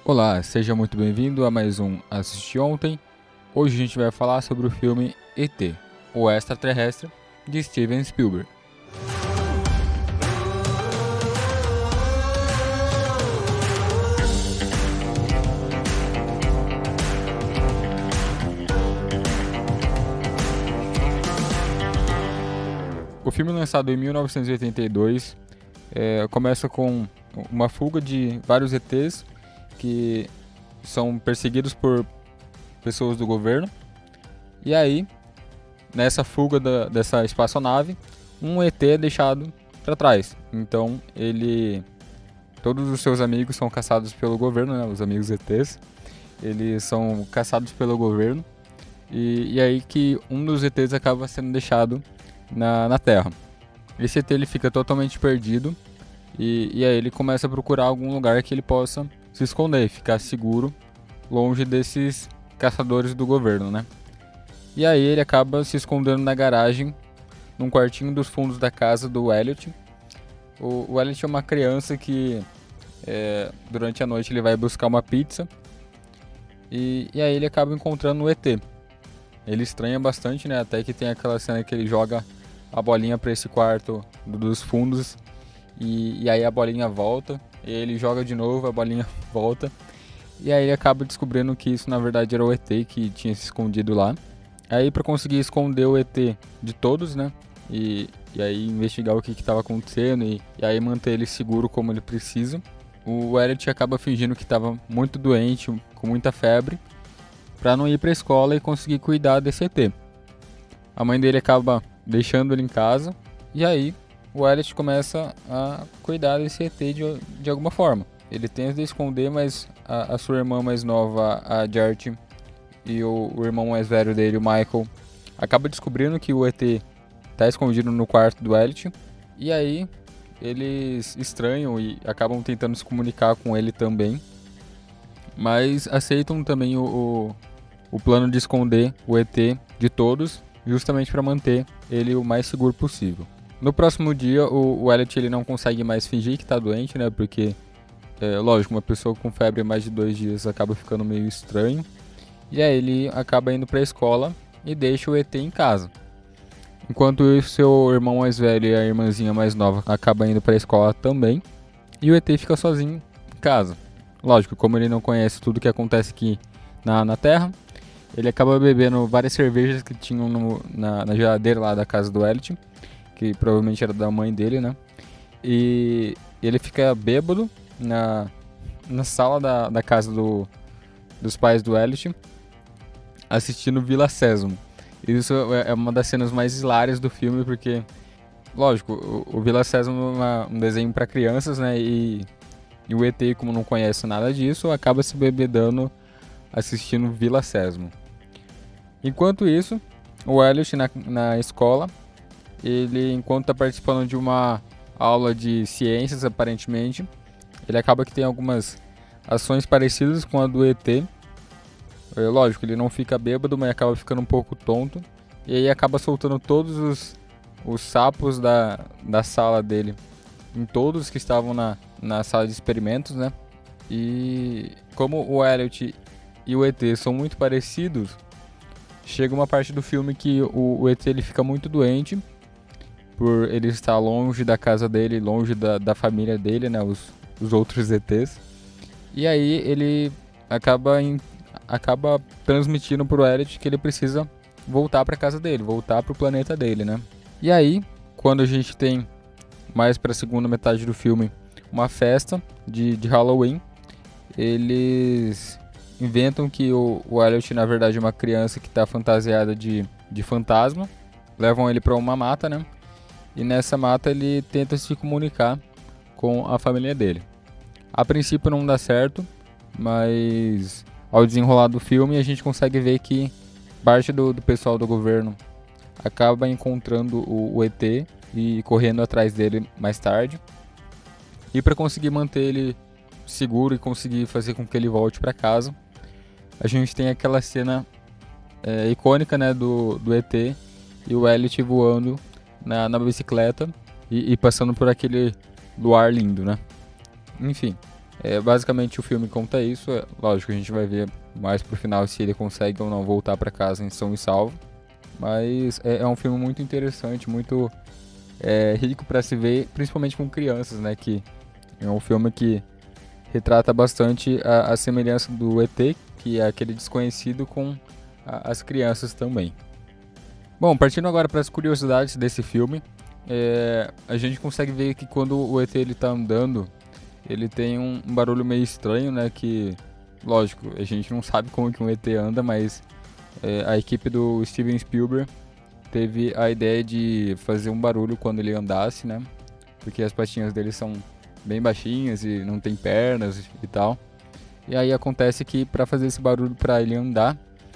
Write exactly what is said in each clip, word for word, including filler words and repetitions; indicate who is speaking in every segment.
Speaker 1: Olá, seja muito bem-vindo a mais um Assisti Ontem. Hoje a gente vai falar sobre o filme E T, o Extraterrestre, de Steven Spielberg. O filme, lançado em mil novecentos e oitenta e dois, é, começa com uma fuga de vários E Tês que são perseguidos por pessoas do governo. E aí, nessa fuga da, dessa espaçonave, um E T é deixado para trás. Então, ele, todos os seus amigos são caçados pelo governo, né? Os amigos E Tês, eles são caçados pelo governo. E, e aí que um dos E Tês acaba sendo deixado na, na Terra. Esse E T ele fica totalmente perdido. E, e aí ele começa a procurar algum lugar que ele possa se esconder, ficar seguro, longe desses caçadores do governo, né? E aí ele acaba se escondendo na garagem, num quartinho dos fundos da casa do Elliot. O, o Elliot é uma criança que, é, durante a noite, ele vai buscar uma pizza. E, e aí ele acaba encontrando o E T. Ele estranha bastante, né? Até que tem aquela cena que ele joga a bolinha para esse quarto dos fundos. E, e aí a bolinha volta, e ele joga de novo, a bolinha volta. E aí ele acaba descobrindo que isso na verdade era o E T que tinha se escondido lá. Aí para conseguir esconder o E T de todos, né? E, e aí investigar o que estava acontecendo e, e aí manter ele seguro como ele precisa. O Elliot acaba fingindo que estava muito doente, com muita febre, para não ir para a escola e conseguir cuidar desse E T. A mãe dele acaba deixando ele em casa, e aí o Elliot começa a cuidar desse E T de, de alguma forma. Ele tenta esconder, mas a, a sua irmã mais nova, a Jart, e o, o irmão mais velho dele, o Michael, acaba descobrindo que o E T está escondido no quarto do Elliot. E aí eles estranham e acabam tentando se comunicar com ele também, mas aceitam também o, o, o plano de esconder o E T de todos, justamente para manter ele o mais seguro possível. No próximo dia, o, o Elliot ele não consegue mais fingir que está doente, né? Porque, é, lógico, uma pessoa com febre mais de dois dias acaba ficando meio estranho. E aí ele acaba indo para a escola e deixa o E T em casa. Enquanto o seu irmão mais velho e a irmãzinha mais nova acabam indo para a escola também. E o E T fica sozinho em casa. Lógico, como ele não conhece tudo que acontece aqui na, na Terra, ele acaba bebendo várias cervejas que tinham no, na, na geladeira lá da casa do Elliot, que provavelmente era da mãe dele, né? E ele fica bêbado na, na sala da, da casa do, dos pais do Elliot, assistindo Vila Sésamo. Isso é uma das cenas mais hilárias do filme, porque, lógico, o, o Vila Sésamo é uma, um desenho para crianças, né? E, e o E T, como não conhece nada disso, acaba se bebedando assistindo Vila Sésamo. Enquanto isso, o Elliot na, na escola, ele, enquanto está participando de uma aula de ciências, aparentemente, ele acaba que tem algumas ações parecidas com a do E T. É, lógico, ele não fica bêbado, mas acaba ficando um pouco tonto. E aí acaba soltando todos os, os sapos da, da sala dele em todos que estavam na, na sala de experimentos, né? E como o Elliot e o E T são muito parecidos, chega uma parte do filme que o, o E T ele fica muito doente, por ele estar longe da casa dele, longe da, da família dele, né, os, os outros E Tês. E aí ele acaba, em, acaba transmitindo pro Elliot que ele precisa voltar para casa dele, voltar pro planeta dele, né. E aí, quando a gente tem, mais para a segunda metade do filme, uma festa de, de Halloween, eles inventam que o, o Elliot, na verdade, é uma criança que está fantasiada de, de fantasma, levam ele para uma mata, né. E nessa mata ele tenta se comunicar com a família dele. A princípio não dá certo, mas ao desenrolar do filme a gente consegue ver que parte do, do pessoal do governo acaba encontrando o, o E T e correndo atrás dele mais tarde. E para conseguir manter ele seguro e conseguir fazer com que ele volte para casa, a gente tem aquela cena é, icônica, né, do, do E T e o Elliot voando Na, na bicicleta e, e passando por aquele luar lindo, né? Enfim, É, basicamente o filme conta isso, é, lógico, a gente vai ver mais pro final se ele consegue ou não voltar para casa em são e salvo, mas é, é um filme muito interessante, muito é, rico para se ver, principalmente com crianças, né, que é um filme que retrata bastante a, a semelhança do E T, que é aquele desconhecido, com a, as crianças também. Bom, partindo agora para as curiosidades desse filme, é, a gente consegue ver que quando o E T ele tá andando, ele tem um, um barulho meio estranho, né? Que, lógico, a gente não sabe como que um E T anda, mas é, a equipe do Steven Spielberg teve a ideia de fazer um barulho quando ele andasse, né? Porque as patinhas dele são bem baixinhas e não tem pernas e tal. E aí acontece que para fazer esse barulho para ele andar,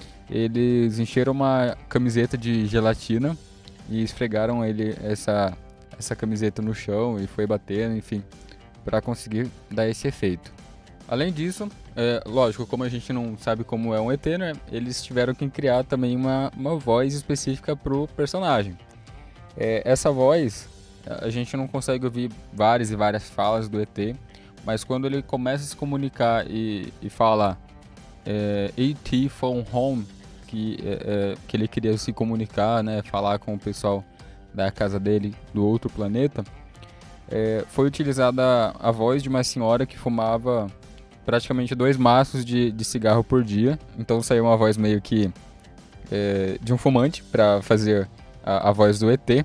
Speaker 1: eles encheram uma camiseta de gelatina e esfregaram ele essa essa camiseta no chão e foi batendo, enfim, para conseguir dar esse efeito. Além disso, é, lógico, como a gente não sabe como é um E T, né, eles tiveram que criar também uma, uma voz específica pro personagem. É, essa voz, a gente não consegue ouvir várias e várias falas do E T, mas quando ele começa a se comunicar e, e fala é, E T phone home, que, é, é, que ele queria se comunicar, né, falar com o pessoal da casa dele do outro planeta, é, foi utilizada a voz de uma senhora que fumava praticamente dois maços de, de cigarro por dia. Então saiu uma voz meio que é, de um fumante para fazer a, a voz do E T.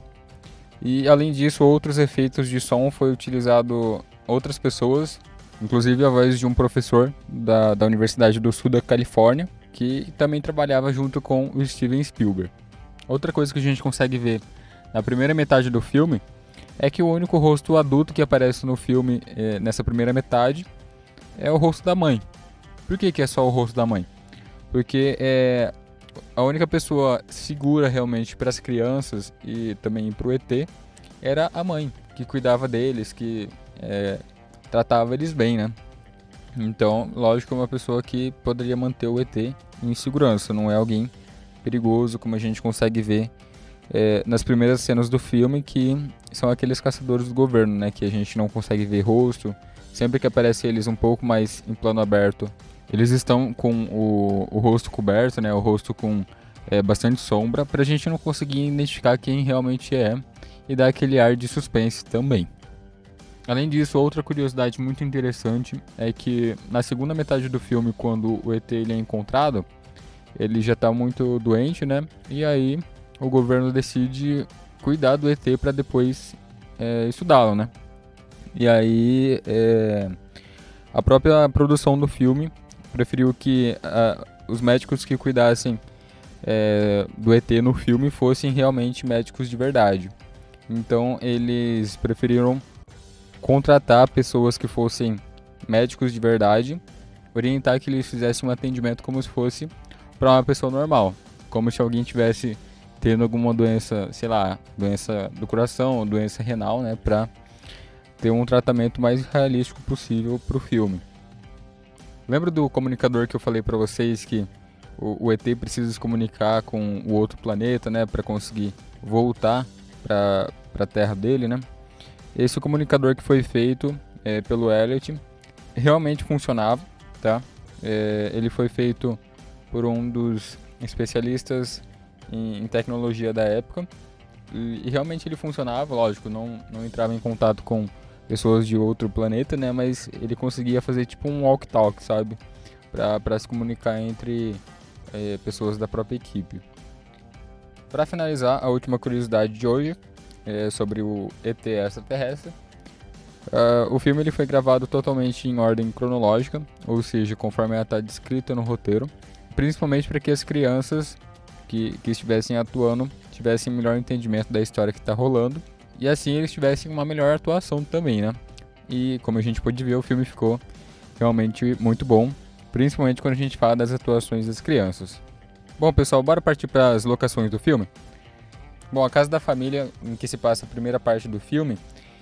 Speaker 1: E além disso, outros efeitos de som foi utilizado outras pessoas, inclusive a voz de um professor da, da Universidade do Sul da Califórnia, que também trabalhava junto com o Steven Spielberg. Outra coisa que a gente consegue ver na primeira metade do filme é que o único rosto adulto que aparece no filme é, nessa primeira metade é o rosto da mãe. Por que, que é só o rosto da mãe? Porque é, a única pessoa segura realmente para as crianças e também para o E T era a mãe, que cuidava deles, que é, tratava eles bem, né? Então, lógico, é uma pessoa que poderia manter o E T em segurança, não é alguém perigoso, como a gente consegue ver é, nas primeiras cenas do filme, que são aqueles caçadores do governo, né? Que a gente não consegue ver rosto. Sempre que aparece eles um pouco mais em plano aberto, eles estão com o, o rosto coberto, né? O rosto com é, bastante sombra, pra gente não conseguir identificar quem realmente é e dar aquele ar de suspense também. Além disso, outra curiosidade muito interessante é que na segunda metade do filme, quando o E T ele é encontrado, ele já está muito doente, né? E aí o governo decide cuidar do E T para depois é, estudá-lo, né? E aí é, a própria produção do filme preferiu que a, os médicos que cuidassem é, do E T no filme fossem realmente médicos de verdade. Então eles preferiram contratar pessoas que fossem médicos de verdade, orientar que eles fizessem um atendimento como se fosse para uma pessoa normal, como se alguém tivesse tendo alguma doença, sei lá, doença do coração ou doença renal, né, para ter um tratamento mais realístico possível para o filme. Lembra do comunicador que eu falei para vocês que o, o E T precisa se comunicar com o outro planeta, né, para conseguir voltar para a Terra dele, né? Esse comunicador que foi feito é, pelo Elliot realmente funcionava, tá? É, ele foi feito por um dos especialistas em, em tecnologia da época e, e realmente ele funcionava, lógico, não, não entrava em contato com pessoas de outro planeta, né? Mas ele conseguia fazer tipo um walk-talk, sabe? Para se comunicar entre é, pessoas da própria equipe. Para finalizar, a última curiosidade de hoje é sobre o E T extraterrestre. Uh, o filme ele foi gravado totalmente em ordem cronológica, ou seja, conforme ela está descrita no roteiro, principalmente para que as crianças que, que estivessem atuando tivessem melhor entendimento da história que está rolando, e assim eles tivessem uma melhor atuação também, né? E como a gente pôde ver, o filme ficou realmente muito bom, principalmente quando a gente fala das atuações das crianças. Bom, pessoal, bora partir para as locações do filme? Bom, a casa da família em que se passa a primeira parte do filme,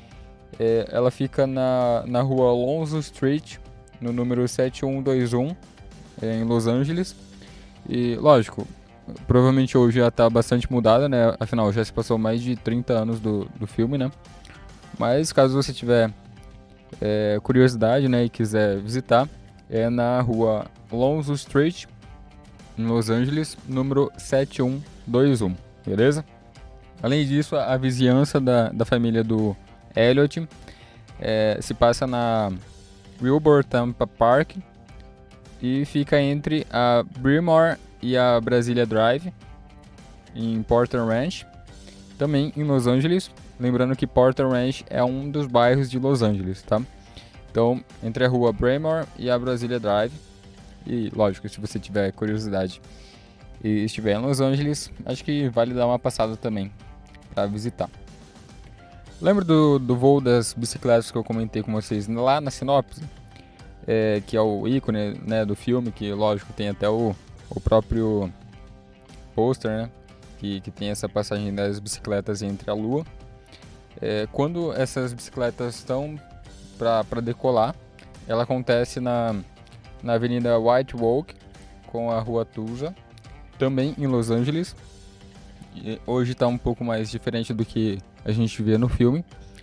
Speaker 1: é, ela fica na, na rua Alonzo Street, no número sete um dois um, é, em Los Angeles. E, lógico, provavelmente hoje já está bastante mudada, né? Afinal, já se passou mais de trinta anos do, do filme, né? Mas caso você tiver é, curiosidade, né, e quiser visitar, é na rua Alonzo Street, em Los Angeles, número sete um dois um, beleza? Além disso, a, a vizinhança da, da família do Elliot é, se passa na Wilbur Tampa Park e fica entre a Bremore e a Brasilia Drive, em Porter Ranch, também em Los Angeles. Lembrando que Porter Ranch é um dos bairros de Los Angeles, tá? Então, entre a rua Bremore e a Brasilia Drive. E, lógico, se você tiver curiosidade e estiver em Los Angeles, acho que vale dar uma passada também para visitar. Lembra do, do voo das bicicletas que eu comentei com vocês lá na sinopse? É, que é o ícone, né, do filme, que, lógico, tem até o, o próprio pôster, né? Que, que tem essa passagem das bicicletas entre a Lua. É, quando essas bicicletas estão para decolar, ela acontece na, na Avenida White Oak com a Rua Tulsa, também em Los Angeles. E hoje está um pouco mais diferente do que a gente vê no filme,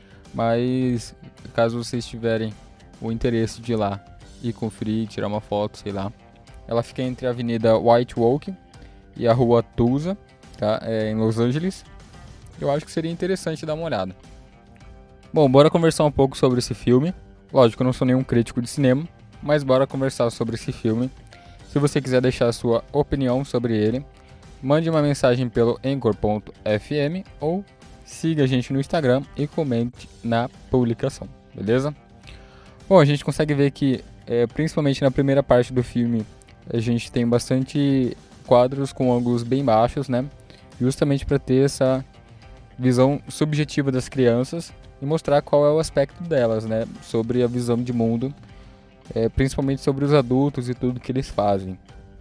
Speaker 1: mas caso vocês tiverem o interesse de ir lá e conferir, tirar uma foto, sei lá, ela fica entre a Avenida White Oak e a Rua Tulsa, tá? É, em Los Angeles. Eu acho que seria interessante dar uma olhada. Bom, bora conversar um pouco sobre esse filme. Lógico, eu não sou nenhum crítico de cinema, mas bora conversar sobre esse filme. Se você quiser deixar a sua opinião sobre ele, mande uma mensagem pelo anchor ponto f m ou siga a gente no Instagram e comente na publicação, beleza? Bom, a gente consegue ver que, é, principalmente na primeira parte do filme, a gente tem bastante quadros com ângulos bem baixos, né? Justamente para ter essa visão subjetiva das crianças e mostrar qual é o aspecto delas, né? Sobre a visão de mundo, é, principalmente sobre os adultos e tudo que eles fazem.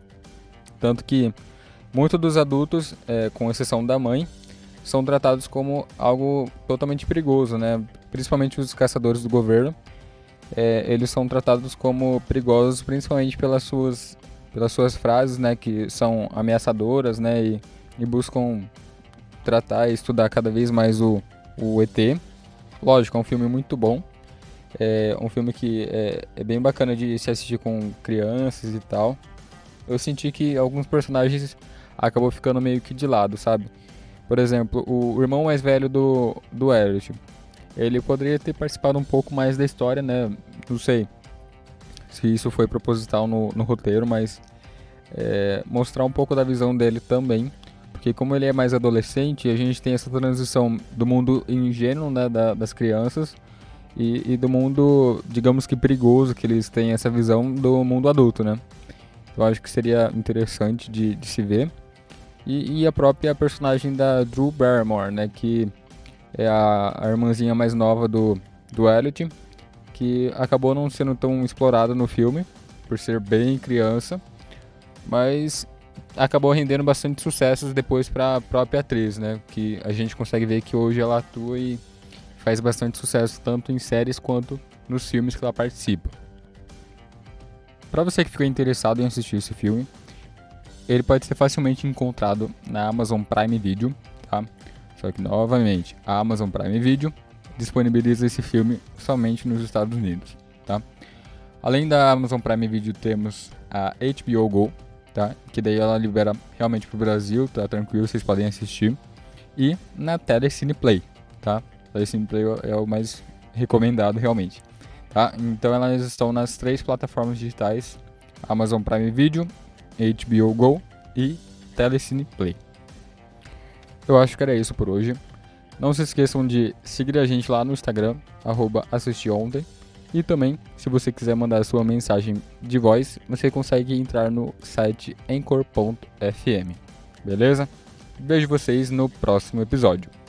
Speaker 1: Tanto que muitos dos adultos, é, com exceção da mãe, são tratados como algo totalmente perigoso, né? Principalmente os caçadores do governo, é, eles são tratados como perigosos, principalmente pelas suas, pelas suas frases, né? Que são ameaçadoras, né? E, e buscam tratar e estudar cada vez mais o, o E T. Lógico, é um filme muito bom. É um filme que é, é bem bacana de se assistir com crianças e tal. Eu senti que alguns personagens acabou ficando meio que de lado, sabe? Por exemplo, o irmão mais velho do, do Elliot, ele poderia ter participado um pouco mais da história, né? Não sei se isso foi proposital no, no roteiro, mas é, mostrar um pouco da visão dele também. Porque como ele é mais adolescente, a gente tem essa transição do mundo ingênuo, né, da, das crianças e, e do mundo, digamos que perigoso, que eles têm essa visão do mundo adulto, né? Eu acho que seria interessante de, de se ver. E, e a própria personagem da Drew Barrymore, né, que é a, a irmãzinha mais nova do, do Elliot, que acabou não sendo tão explorada no filme, por ser bem criança, mas acabou rendendo bastante sucessos depois para a própria atriz, né? Que a gente consegue ver que hoje ela atua e faz bastante sucesso tanto em séries quanto nos filmes que ela participa. Para você que ficou interessado em assistir esse filme, ele pode ser facilmente encontrado na Amazon Prime Video, tá? Só que, novamente, a Amazon Prime Video disponibiliza esse filme somente nos Estados Unidos, tá? Além da Amazon Prime Video, temos a H B O Go, tá? Que daí ela libera realmente pro Brasil, tá tranquilo, vocês podem assistir. E na Telecine Play, tá? Telecine Play é o mais recomendado realmente, tá? Então elas estão nas três plataformas digitais: Amazon Prime Video, H B O Go e Telecine Play. Eu acho que era isso por hoje. Não se esqueçam de seguir a gente lá no Instagram, arroba assistiontem. E também, se você quiser mandar a sua mensagem de voz, você consegue entrar no site anchor ponto f m. Beleza? Vejo vocês no próximo episódio.